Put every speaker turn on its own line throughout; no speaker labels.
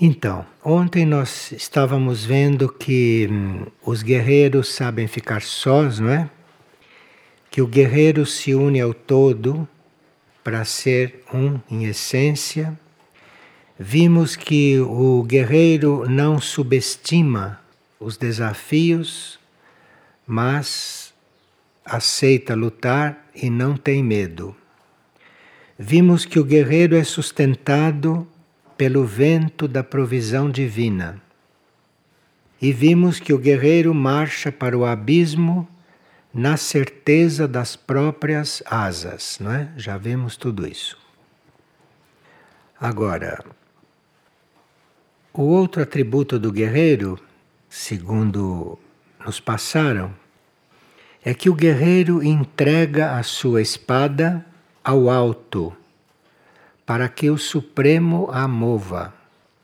Então, ontem nós estávamos vendo que os guerreiros sabem ficar sós, não é? Que o guerreiro se une ao todo para ser um em essência. Vimos que o guerreiro não subestima os desafios, mas aceita lutar e não tem medo. Vimos que o guerreiro é sustentado pelo vento da provisão divina. E vimos que o guerreiro marcha para o abismo na certeza das próprias asas, não é? Já vimos tudo isso. Agora, o outro atributo do guerreiro, segundo nos passaram, é que o guerreiro entrega a sua espada ao alto, para que o Supremo a mova.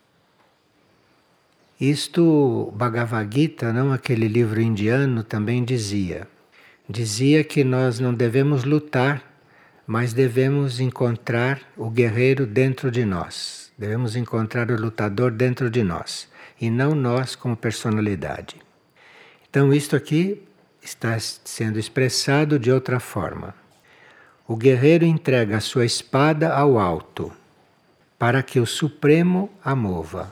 Isto, Bhagavad Gita, não aquele livro indiano, também dizia. Dizia que nós não devemos lutar, mas devemos encontrar o guerreiro dentro de nós. Devemos encontrar o lutador dentro de nós, e não nós como personalidade. Então isto aqui está sendo expressado de outra forma. O guerreiro entrega a sua espada ao alto, para que o Supremo a mova.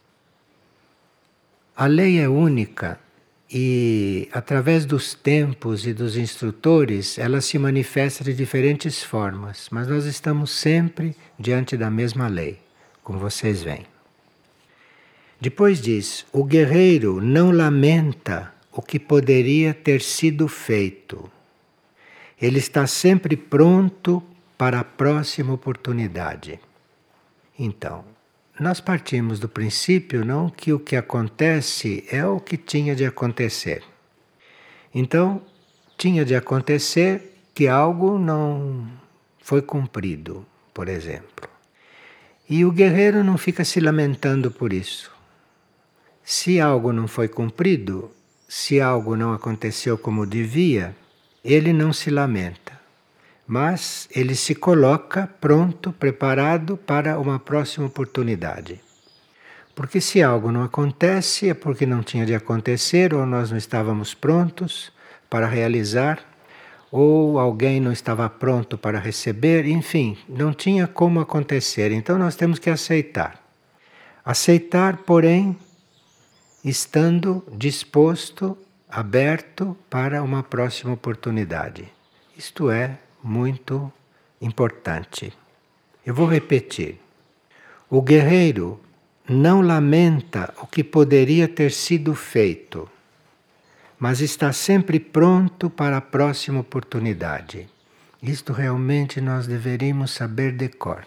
A lei é única e, através dos tempos e dos instrutores, ela se manifesta de diferentes formas, mas nós estamos sempre diante da mesma lei, como vocês veem. Depois diz: o guerreiro não lamenta o que poderia ter sido feito. Ele está sempre pronto para a próxima oportunidade. Então, nós partimos do princípio, não, que o que acontece é o que tinha de acontecer. Então, tinha de acontecer que algo não foi cumprido, por exemplo. E o guerreiro não fica se lamentando por isso. Se algo não foi cumprido, se algo não aconteceu como devia, ele não se lamenta, mas ele se coloca pronto, preparado para uma próxima oportunidade. Porque se algo não acontece é porque não tinha de acontecer, ou nós não estávamos prontos para realizar, ou alguém não estava pronto para receber, enfim, não tinha como acontecer. Então nós temos que aceitar. Aceitar, porém, estando disposto, aberto para uma próxima oportunidade. Isto é muito importante. Eu vou repetir. O guerreiro não lamenta o que poderia ter sido feito, mas está sempre pronto para a próxima oportunidade. Isto realmente nós deveríamos saber de cor.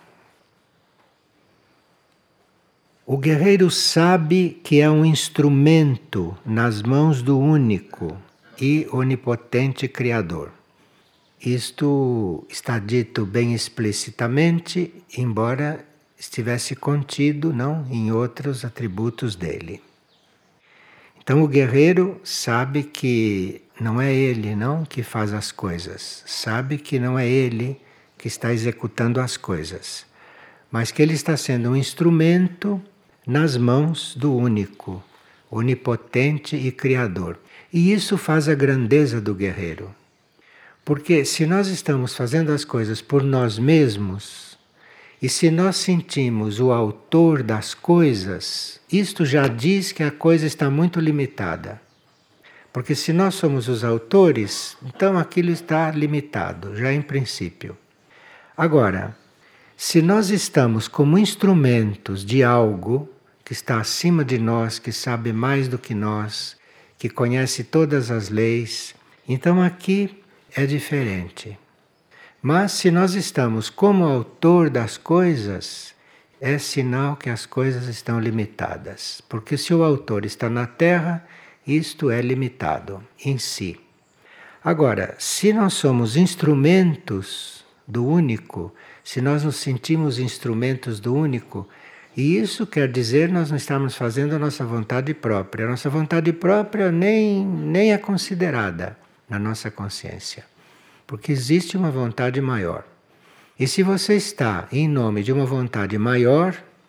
O guerreiro sabe que é um instrumento nas mãos do único e onipotente Criador. Isto está dito bem explicitamente, embora estivesse contido, não, em outros atributos dele. Então o guerreiro sabe que não é ele, não, que faz as coisas. Sabe que não é ele que está executando as coisas, mas que ele está sendo um instrumento nas mãos do único, onipotente e criador. E isso faz a grandeza do guerreiro. Porque se nós estamos fazendo as coisas por nós mesmos, e se nós sentimos o autor das coisas, isto já diz que a coisa está muito limitada. Porque se nós somos os autores, então aquilo está limitado, já em princípio. Agora, se nós estamos como instrumentos de algo que está acima de nós, que sabe mais do que nós, que conhece todas as leis, então aqui é diferente. Mas se nós estamos como autor das coisas, é sinal que as coisas estão limitadas. Porque se o autor está na Terra, isto é limitado em si. Agora, se nós somos instrumentos do único, se nós nos sentimos instrumentos do único, e isso quer dizer nós não estamos fazendo a nossa vontade própria. A nossa vontade própria nem é considerada na nossa consciência. Porque existe uma vontade maior. E se você está em nome de uma vontade maior,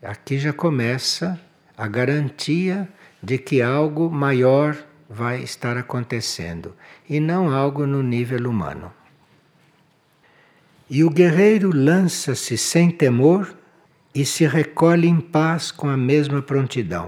Aqui já começa a garantia de que algo maior vai estar acontecendo e não algo no nível humano. E o guerreiro lança-se sem temor e se recolhe em paz com a mesma prontidão.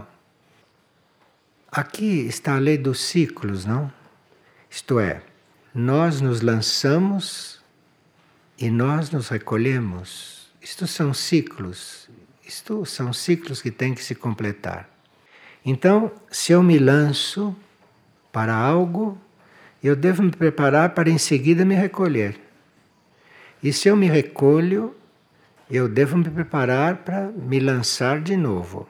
Aqui está a lei dos ciclos, não? Isto é, nós nos lançamos e nós nos recolhemos. Isto são ciclos. Isto são ciclos que têm que se completar. Então, se eu me lanço para algo, eu devo me preparar para em seguida me recolher. E se eu me recolho, eu devo me preparar para me lançar de novo.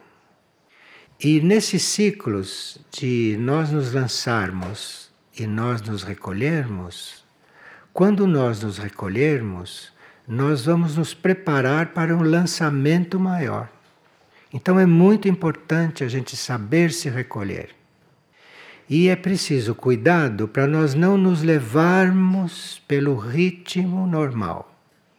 E nesses ciclos de nós nos lançarmos e nós nos recolhermos, quando nós nos recolhermos, nós vamos nos preparar para um lançamento maior. Então é muito importante a gente saber se recolher. E é preciso cuidado para nós não nos levarmos pelo ritmo normal.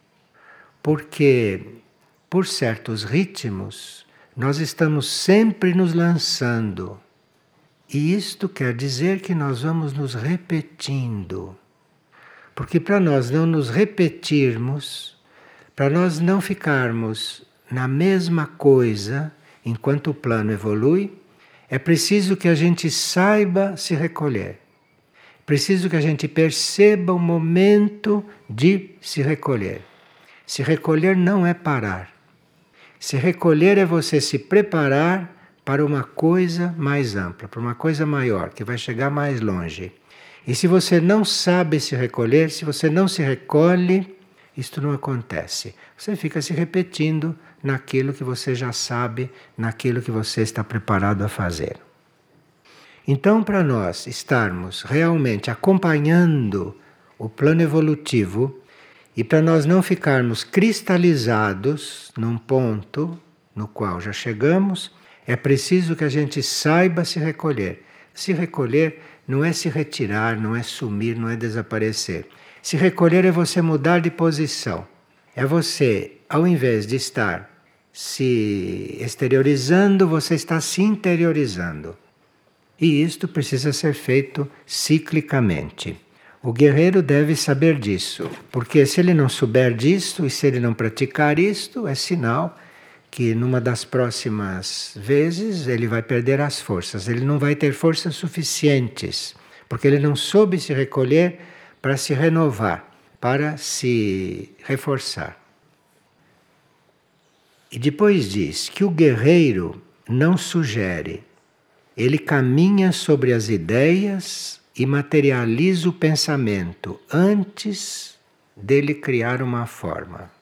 Porque, por certos ritmos, nós estamos sempre nos lançando. E isto quer dizer que nós vamos nos repetindo. Porque para nós não nos repetirmos, para nós não ficarmos na mesma coisa enquanto o plano evolui, é preciso que a gente saiba se recolher. Preciso que a gente perceba o momento de se recolher. Se recolher não é parar. Se recolher é você se preparar para uma coisa mais ampla, para uma coisa maior, que vai chegar mais longe. E se você não sabe se recolher, se você não se recolhe, isto não acontece. Você fica se repetindo naquilo que você já sabe, naquilo que você está preparado a fazer. Então, para nós estarmos realmente acompanhando o plano evolutivo e para nós não ficarmos cristalizados num ponto no qual já chegamos, é preciso que a gente saiba se recolher. Se recolher não é se retirar, não é sumir, não é desaparecer. Se recolher é você mudar de posição. É você, ao invés de estar se exteriorizando, você está se interiorizando. E isto precisa ser feito ciclicamente. O guerreiro deve saber disso, porque se ele não souber disso e se ele não praticar isto, é sinal que numa das próximas vezes ele vai perder as forças, ele não vai ter forças suficientes, porque ele não soube se recolher para se renovar, para se reforçar. E depois diz que o guerreiro não sugere, ele caminha sobre as ideias e materializa o pensamento antes dele criar uma forma.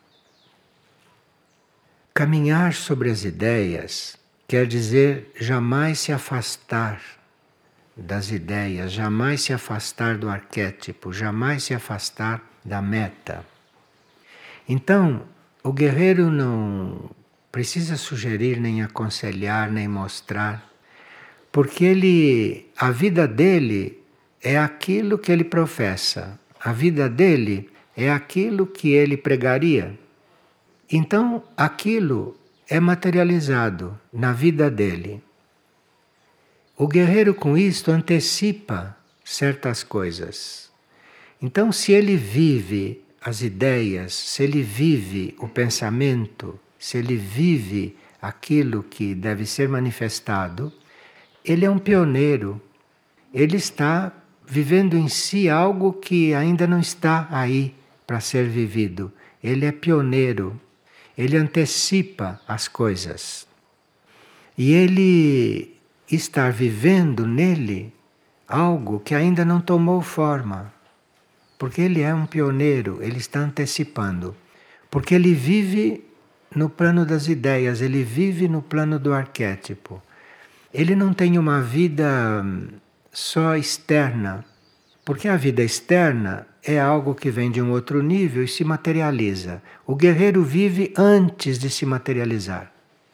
Caminhar sobre as ideias quer dizer jamais se afastar das ideias, jamais se afastar do arquétipo, jamais se afastar da meta. Então, o guerreiro não precisa sugerir, nem aconselhar, nem mostrar, porque a vida dele é aquilo que ele professa, a vida dele é aquilo que ele pregaria. Então, aquilo é materializado na vida dele. O guerreiro, com isto, antecipa certas coisas. Então, se ele vive as ideias, se ele vive o pensamento, se ele vive aquilo que deve ser manifestado, ele é um pioneiro. Ele está vivendo em si algo que ainda não está aí para ser vivido. Ele é pioneiro. Ele antecipa as coisas. E ele está vivendo nele algo que ainda não tomou forma. Porque ele é um pioneiro, ele está antecipando. Porque ele vive no plano das ideias, ele vive no plano do arquétipo. Ele não tem uma vida só externa. Porque a vida externa é algo que vem de um outro nível e se materializa. O guerreiro vive antes de se materializar.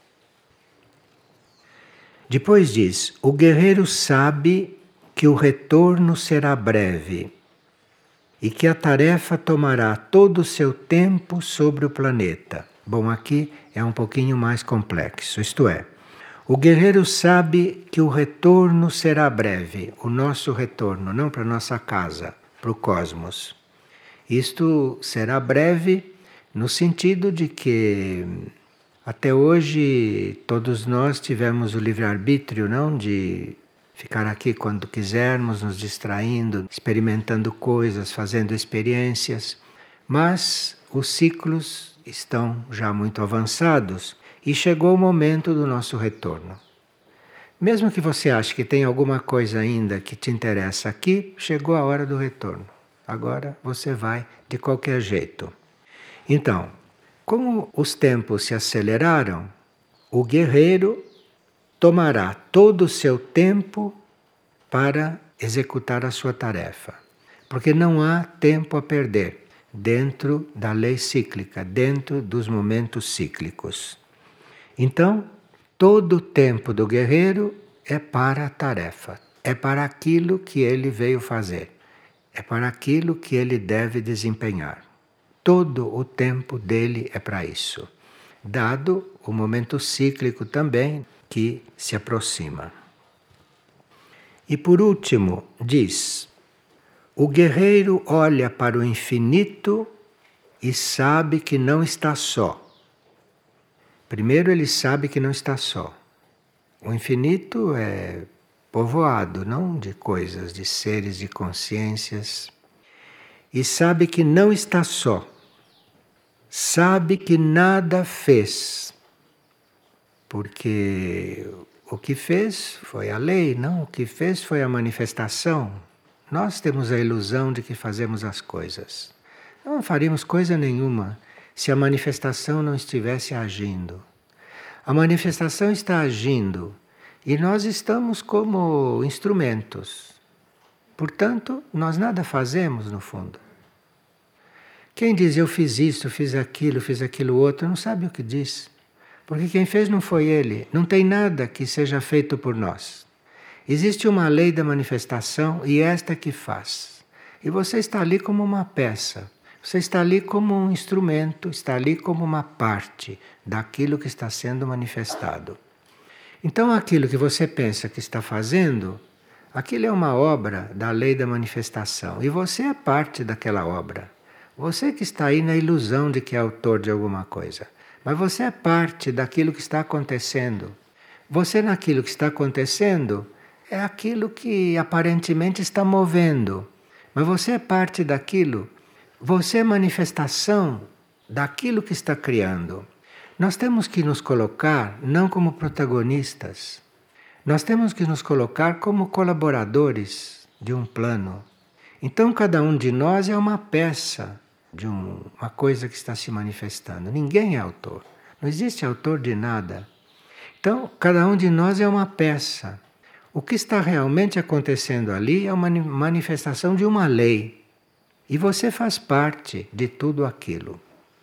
Depois diz: o guerreiro sabe que o retorno será breve e que a tarefa tomará todo o seu tempo sobre o planeta. Bom, aqui é um pouquinho mais complexo, isto é, o guerreiro sabe que o retorno será breve, o nosso retorno, não para nossa casa, para o cosmos. Isto será breve no sentido de que até hoje todos nós tivemos o livre-arbítrio, não? De ficar aqui quando quisermos, nos distraindo, experimentando coisas, fazendo experiências. Mas os ciclos estão já muito avançados e chegou o momento do nosso retorno. Mesmo que você ache que tem alguma coisa ainda que te interessa aqui, chegou a hora do retorno. Agora você vai de qualquer jeito. Então, como os tempos se aceleraram, o guerreiro tomará todo o seu tempo para executar a sua tarefa. Porque não há tempo a perder dentro da lei cíclica, dentro dos momentos cíclicos. Então, todo o tempo do guerreiro é para a tarefa, é para aquilo que ele veio fazer, é para aquilo que ele deve desempenhar. Todo o tempo dele é para isso, dado o momento cíclico também que se aproxima. E por último, diz: o guerreiro olha para o infinito e sabe que não está só. Primeiro, ele sabe que não está só. O infinito é povoado, não de coisas, de seres, de consciências. E sabe que não está só. Sabe que nada fez. Porque o que fez foi a lei, não? O que fez foi a manifestação. Nós temos a ilusão de que fazemos as coisas. Não faríamos coisa nenhuma se a manifestação não estivesse agindo. A manifestação está agindo e nós estamos como instrumentos. Portanto, nós nada fazemos no fundo. Quem diz eu fiz isso, fiz aquilo outro, não sabe o que diz. Porque quem fez não foi ele. Não tem nada que seja feito por nós. Existe uma lei da manifestação e esta que faz. E você está ali como uma peça. Você está ali como um instrumento, está ali como uma parte daquilo que está sendo manifestado. Então aquilo que você pensa que está fazendo, aquilo é uma obra da lei da manifestação. E você é parte daquela obra. Você que está aí na ilusão de que é autor de alguma coisa. Mas você é parte daquilo que está acontecendo. Você naquilo que está acontecendo é aquilo que aparentemente está movendo. Mas você é parte daquilo. Você é manifestação daquilo que está criando. Nós temos que nos colocar não como protagonistas. Nós temos que nos colocar como colaboradores de um plano. Então cada um de nós é uma peça de uma coisa que está se manifestando. Ninguém é autor. Não existe autor de nada. Então cada um de nós é uma peça. O que está realmente acontecendo ali é uma manifestação de uma lei. E você faz parte de tudo aquilo.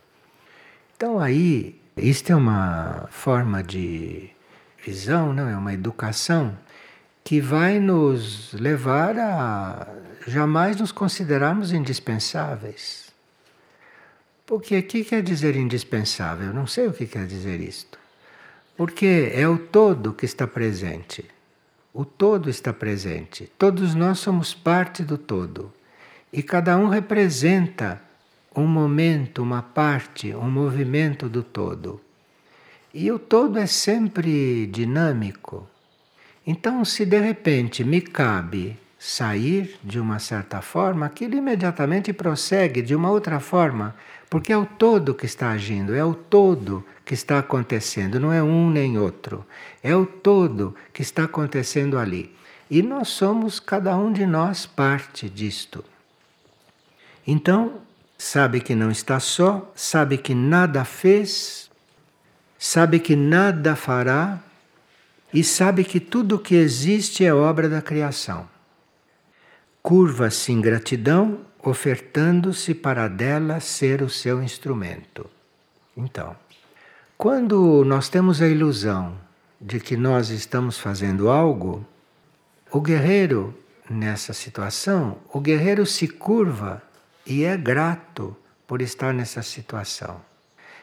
Então aí, isto é uma forma de visão, não é uma educação que vai nos levar a jamais nos considerarmos indispensáveis. Porque o que quer dizer indispensável? Eu não sei o que quer dizer isto. Porque é o todo que está presente. O todo está presente. Todos nós somos parte do todo. E cada um representa um momento, uma parte, um movimento do todo. E o todo é sempre dinâmico. Então, se de repente me cabe sair de uma certa forma, aquilo imediatamente prossegue de uma outra forma, porque é o todo que está agindo, é o todo que está acontecendo, não é um nem outro. É o todo que está acontecendo ali. E nós somos, cada um de nós, parte disto. Então, sabe que não está só, sabe que nada fez, sabe que nada fará e sabe que tudo o que existe é obra da criação. Curva-se em gratidão, ofertando-se para dela ser o seu instrumento. Então, quando nós temos a ilusão de que nós estamos fazendo algo, o guerreiro, nessa situação, o guerreiro se curva e é grato por estar nessa situação.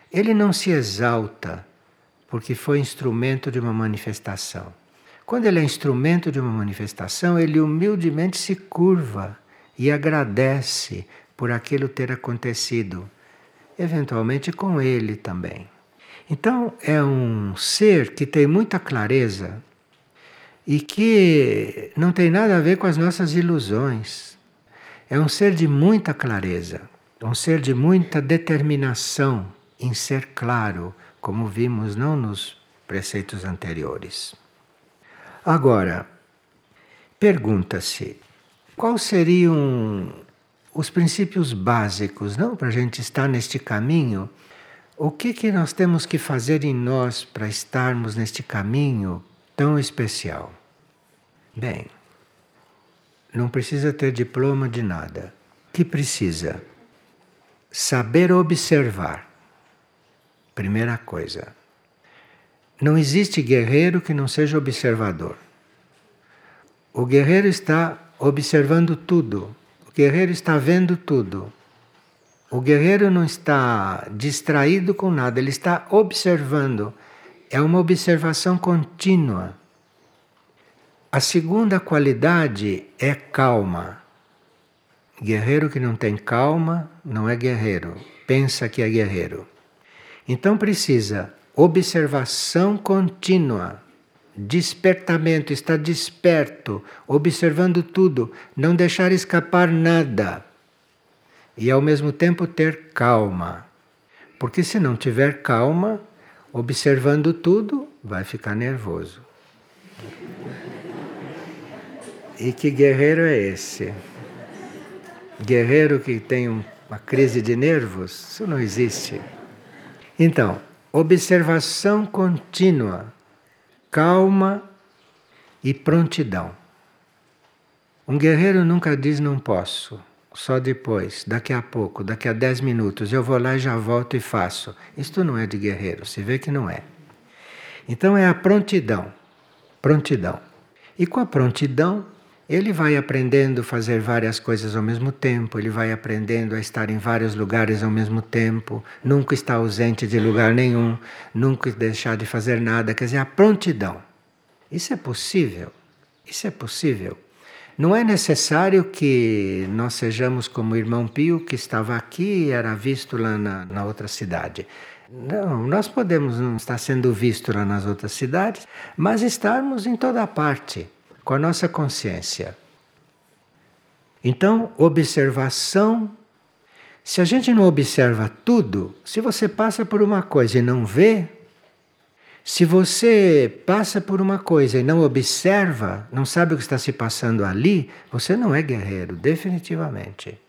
ele não se exalta porque foi instrumento de uma manifestação. Quando ele é instrumento de uma manifestação, ele humildemente se curva e agradece por aquilo ter acontecido, eventualmente com ele também. Então, é um ser que tem muita clareza e que não tem nada a ver com as nossas ilusões. É um ser de muita clareza, um ser de muita determinação em ser claro, como vimos não nos preceitos anteriores. Agora, pergunta-se, quais seriam os princípios básicos, não, para a gente estar neste caminho? O que nós temos que fazer em nós para estarmos neste caminho tão especial? Bem, não precisa ter diploma de nada. O que precisa? Saber observar. Primeira coisa. Não existe guerreiro que não seja observador. O guerreiro está observando tudo. O guerreiro está vendo tudo. O guerreiro não está distraído com nada, ele está observando. É uma observação contínua. A segunda qualidade é calma. Guerreiro que não tem calma não é guerreiro, pensa que é guerreiro. Então precisa observação contínua, despertamento, estar desperto, observando tudo, não deixar escapar nada. E ao mesmo tempo ter calma. Porque se não tiver calma, observando tudo, vai ficar nervoso. E que guerreiro é esse? Guerreiro que tem uma crise de nervos? Isso não existe. Então, observação contínua, calma e prontidão. Um guerreiro nunca diz não posso, só depois, daqui a pouco, daqui a 10 minutos, eu vou lá e já volto e faço. Isto não é de guerreiro, se vê que não é. Então é a prontidão, prontidão. E com a prontidão, ele vai aprendendo a fazer várias coisas ao mesmo tempo, ele vai aprendendo a estar em vários lugares ao mesmo tempo, nunca estar ausente de lugar nenhum, nunca deixar de fazer nada, quer dizer, a prontidão. Isso é possível, isso é possível. Não é necessário que nós sejamos como o irmão Pio, que estava aqui e era visto lá na outra cidade. Não, nós podemos não estar sendo vistos lá nas outras cidades, mas estarmos em toda parte, com a nossa consciência. Então, observação. Se a gente não observa tudo, se você passa por uma coisa e não vê, se você passa por uma coisa e não observa, não sabe o que está se passando ali, você não é guerreiro, definitivamente.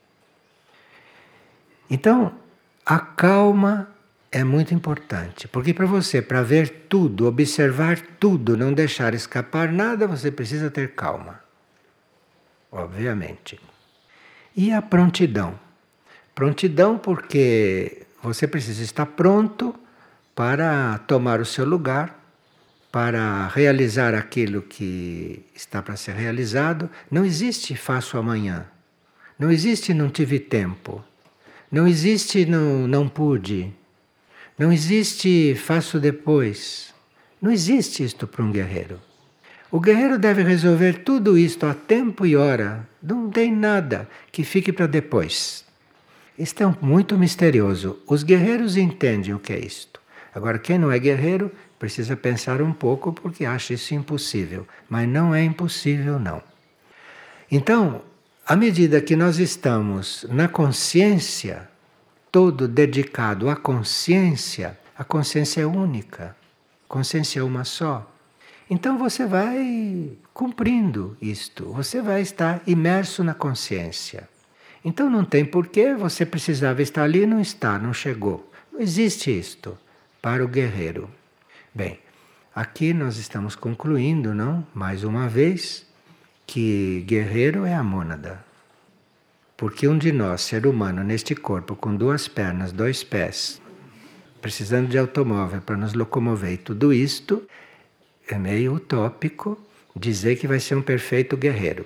Então, a calma é muito importante, porque para ver tudo, observar tudo, não deixar escapar nada, você precisa ter calma. Obviamente. E a prontidão. Prontidão porque você precisa estar pronto para tomar o seu lugar, para realizar aquilo que está para ser realizado. Não existe faço amanhã. Não existe não tive tempo. Não existe não pude. Não existe faço depois. Não existe isto para um guerreiro. O guerreiro deve resolver tudo isto a tempo e hora. Não tem nada que fique para depois. Isto é muito misterioso. Os guerreiros entendem o que é isto. Agora, quem não é guerreiro precisa pensar um pouco porque acha isso impossível. Mas não é impossível, não. Então, à medida que nós estamos na consciência, todo dedicado à consciência, a consciência é única, a consciência é uma só. Então você vai cumprindo isto, você vai estar imerso na consciência. Então não tem porquê você precisava estar ali e não está, não chegou. Não existe isto para o guerreiro. Bem, aqui nós estamos concluindo, não? Mais uma vez, que guerreiro é a mônada. Porque um de nós, ser humano, neste corpo, com 2 pernas, 2 pés, precisando de automóvel para nos locomover e tudo isto, é meio utópico dizer que vai ser um perfeito guerreiro.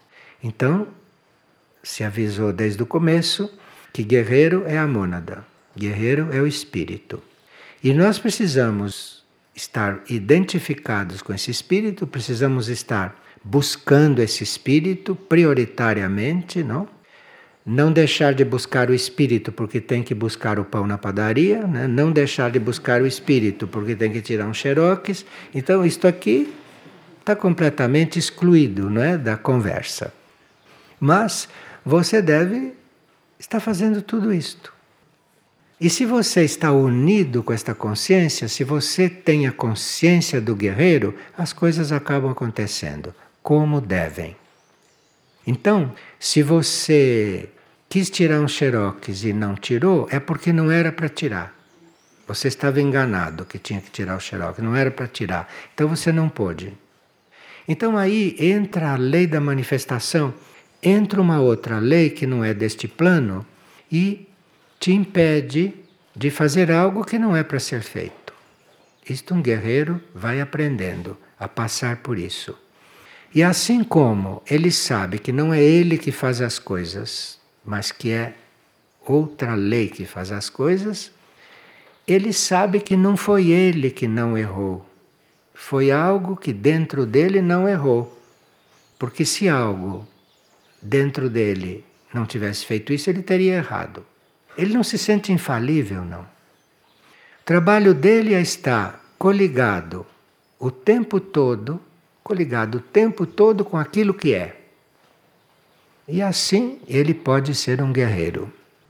Então, se avisou desde o começo que guerreiro é a mônada. Guerreiro é o espírito. E nós precisamos estar identificados com esse espírito, precisamos estar buscando esse espírito prioritariamente, não? Não deixar de buscar o espírito porque tem que buscar o pão na padaria, né? Não deixar de buscar o espírito porque tem que tirar um xerox. Então, isto aqui está completamente excluído, não é, da conversa. Mas você deve estar fazendo tudo isto. E se você está unido com esta consciência, se você tem a consciência do guerreiro, as coisas acabam acontecendo como devem. Então, se você quis tirar um xerox e não tirou, é porque não era para tirar. Você estava enganado que tinha que tirar o xerox, não era para tirar. Então você não pôde. Então aí entra a lei da manifestação, entra uma outra lei que não é deste plano e te impede de fazer algo que não é para ser feito. Isto um guerreiro vai aprendendo a passar por isso. E assim como ele sabe que não é ele que faz as coisas, mas que é outra lei que faz as coisas, ele sabe que não foi ele que não errou. Foi algo que dentro dele não errou. Porque se algo dentro dele não tivesse feito isso, ele teria errado. Ele não se sente infalível, não. O trabalho dele é estar coligado o tempo todo com aquilo que é. E assim ele pode ser um guerreiro.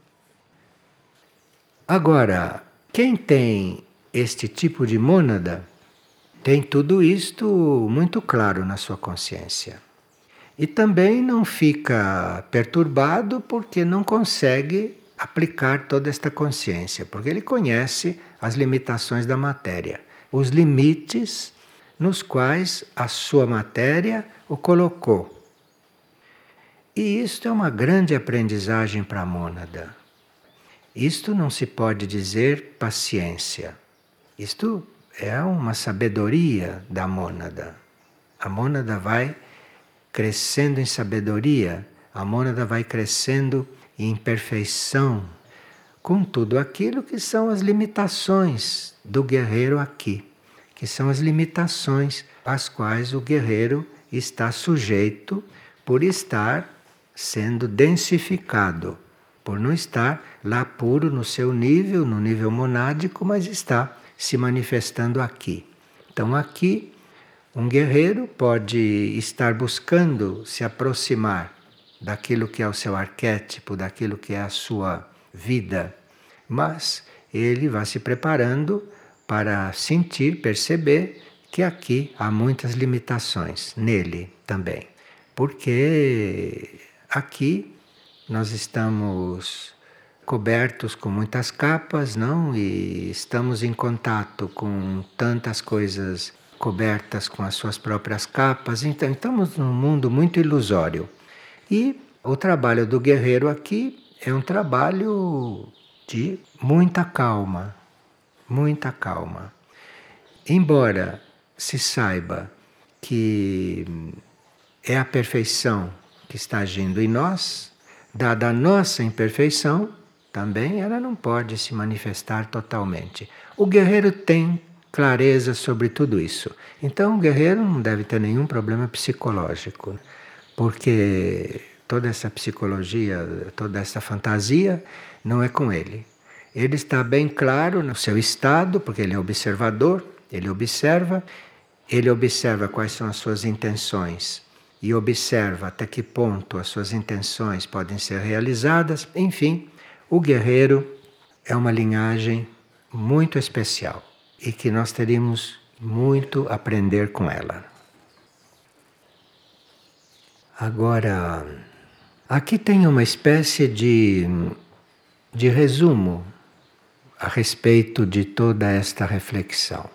Agora, quem tem este tipo de mônada, tem tudo isto muito claro na sua consciência. E também não fica perturbado porque não consegue aplicar toda esta consciência, porque ele conhece as limitações da matéria, os limites nos quais a sua matéria o colocou. E isto é uma grande aprendizagem para a mônada. Isto não se pode dizer paciência. Isto é uma sabedoria da mônada. A mônada vai crescendo em sabedoria, a mônada vai crescendo em perfeição, com tudo aquilo que são as limitações do guerreiro aqui, que são as limitações às quais o guerreiro está sujeito por estar sendo densificado, por não estar lá puro no seu nível, no nível monádico, mas está se manifestando aqui. Então aqui um guerreiro pode estar buscando se aproximar daquilo que é o seu arquétipo, daquilo que é a sua vida, mas ele vai se preparando para sentir, perceber que aqui há muitas limitações nele também, porque aqui nós estamos cobertos com muitas capas, não? E estamos em contato com tantas coisas cobertas com as suas próprias capas. Então, estamos num mundo muito ilusório. E o trabalho do guerreiro aqui é um trabalho de muita calma, muita calma. Embora se saiba que é a perfeição que está agindo em nós, dada a nossa imperfeição, também ela não pode se manifestar totalmente. O guerreiro tem clareza sobre tudo isso. Então o guerreiro não deve ter nenhum problema psicológico, porque toda essa psicologia, toda essa fantasia não é com ele. Ele está bem claro no seu estado, porque ele é observador, ele observa quais são as suas intenções e observa até que ponto as suas intenções podem ser realizadas. Enfim, o guerreiro é uma linhagem muito especial e que nós teríamos muito a aprender com ela. Agora, aqui tem uma espécie de resumo a respeito de toda esta reflexão.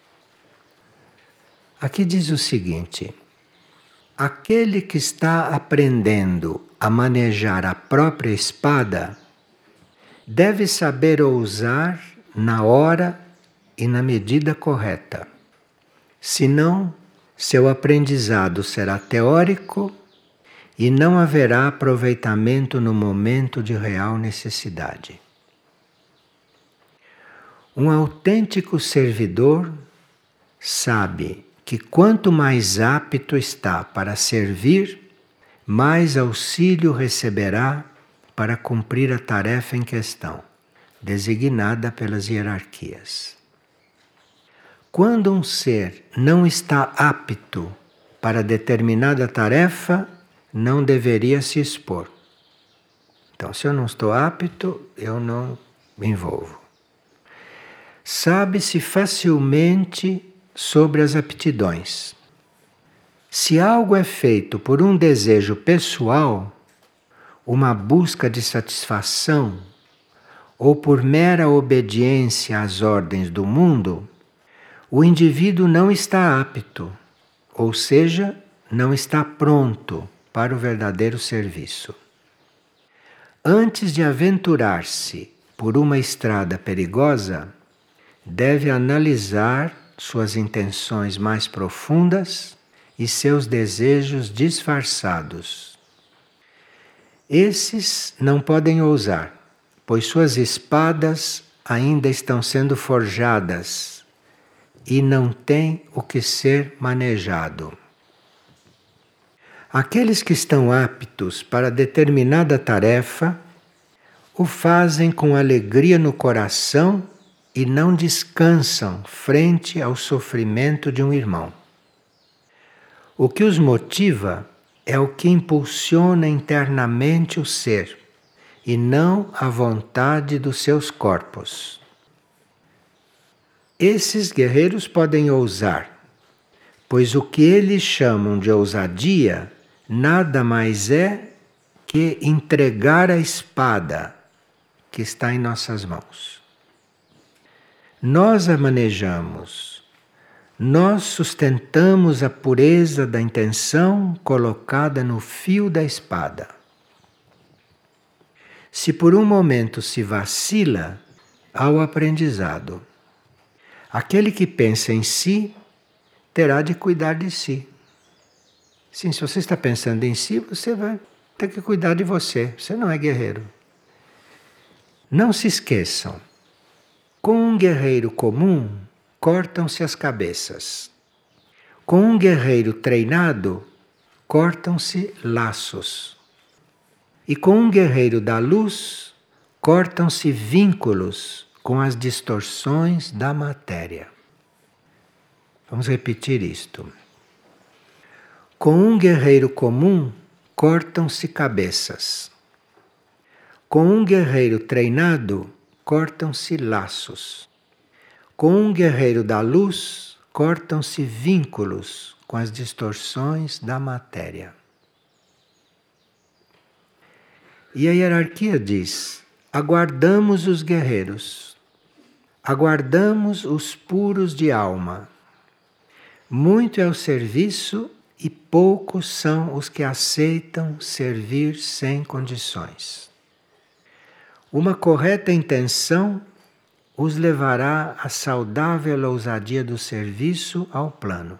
Aqui diz o seguinte: aquele que está aprendendo a manejar a própria espada deve saber usar na hora e na medida correta. Senão, seu aprendizado será teórico e não haverá aproveitamento no momento de real necessidade. Um autêntico servidor sabe que quanto mais apto está para servir, mais auxílio receberá para cumprir a tarefa em questão, designada pelas hierarquias. Quando um ser não está apto para determinada tarefa, não deveria se expor. Então, se eu não estou apto, eu não me envolvo. Sabe-se facilmente sobre as aptidões. Se algo é feito por um desejo pessoal, uma busca de satisfação, ou por mera obediência às ordens do mundo, o indivíduo não está apto, ou seja, não está pronto para o verdadeiro serviço. Antes de aventurar-se por uma estrada perigosa, deve analisar suas intenções mais profundas e seus desejos disfarçados. Esses não podem ousar, pois suas espadas ainda estão sendo forjadas e não têm o que ser manejado. Aqueles que estão aptos para determinada tarefa o fazem com alegria no coração e não descansam frente ao sofrimento de um irmão. O que os motiva é o que impulsiona internamente o ser e não a vontade dos seus corpos. Esses guerreiros podem ousar, pois o que eles chamam de ousadia nada mais é que entregar a espada que está em nossas mãos. Nós a manejamos, nós sustentamos a pureza da intenção colocada no fio da espada. Se por um momento se vacila, há o aprendizado. Aquele que pensa em si terá de cuidar de si. Sim, se você está pensando em si, você vai ter que cuidar de você. Você não é guerreiro. Não se esqueçam, com um guerreiro comum, cortam-se as cabeças. Com um guerreiro treinado, cortam-se laços. E com um guerreiro da luz, cortam-se vínculos com as distorções da matéria. Vamos repetir isto. Com um guerreiro comum, cortam-se cabeças. Com um guerreiro treinado, cortam-se laços. Com um guerreiro da luz, cortam-se vínculos com as distorções da matéria. E a hierarquia diz: aguardamos os guerreiros, aguardamos os puros de alma. Muito é o serviço e poucos são os que aceitam servir sem condições. Uma correta intenção os levará à saudável ousadia do serviço ao plano.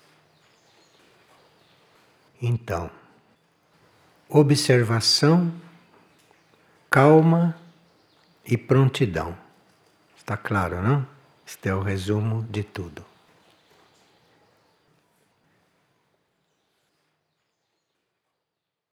Então, observação, calma e prontidão. Está claro, não? Este é o resumo de tudo.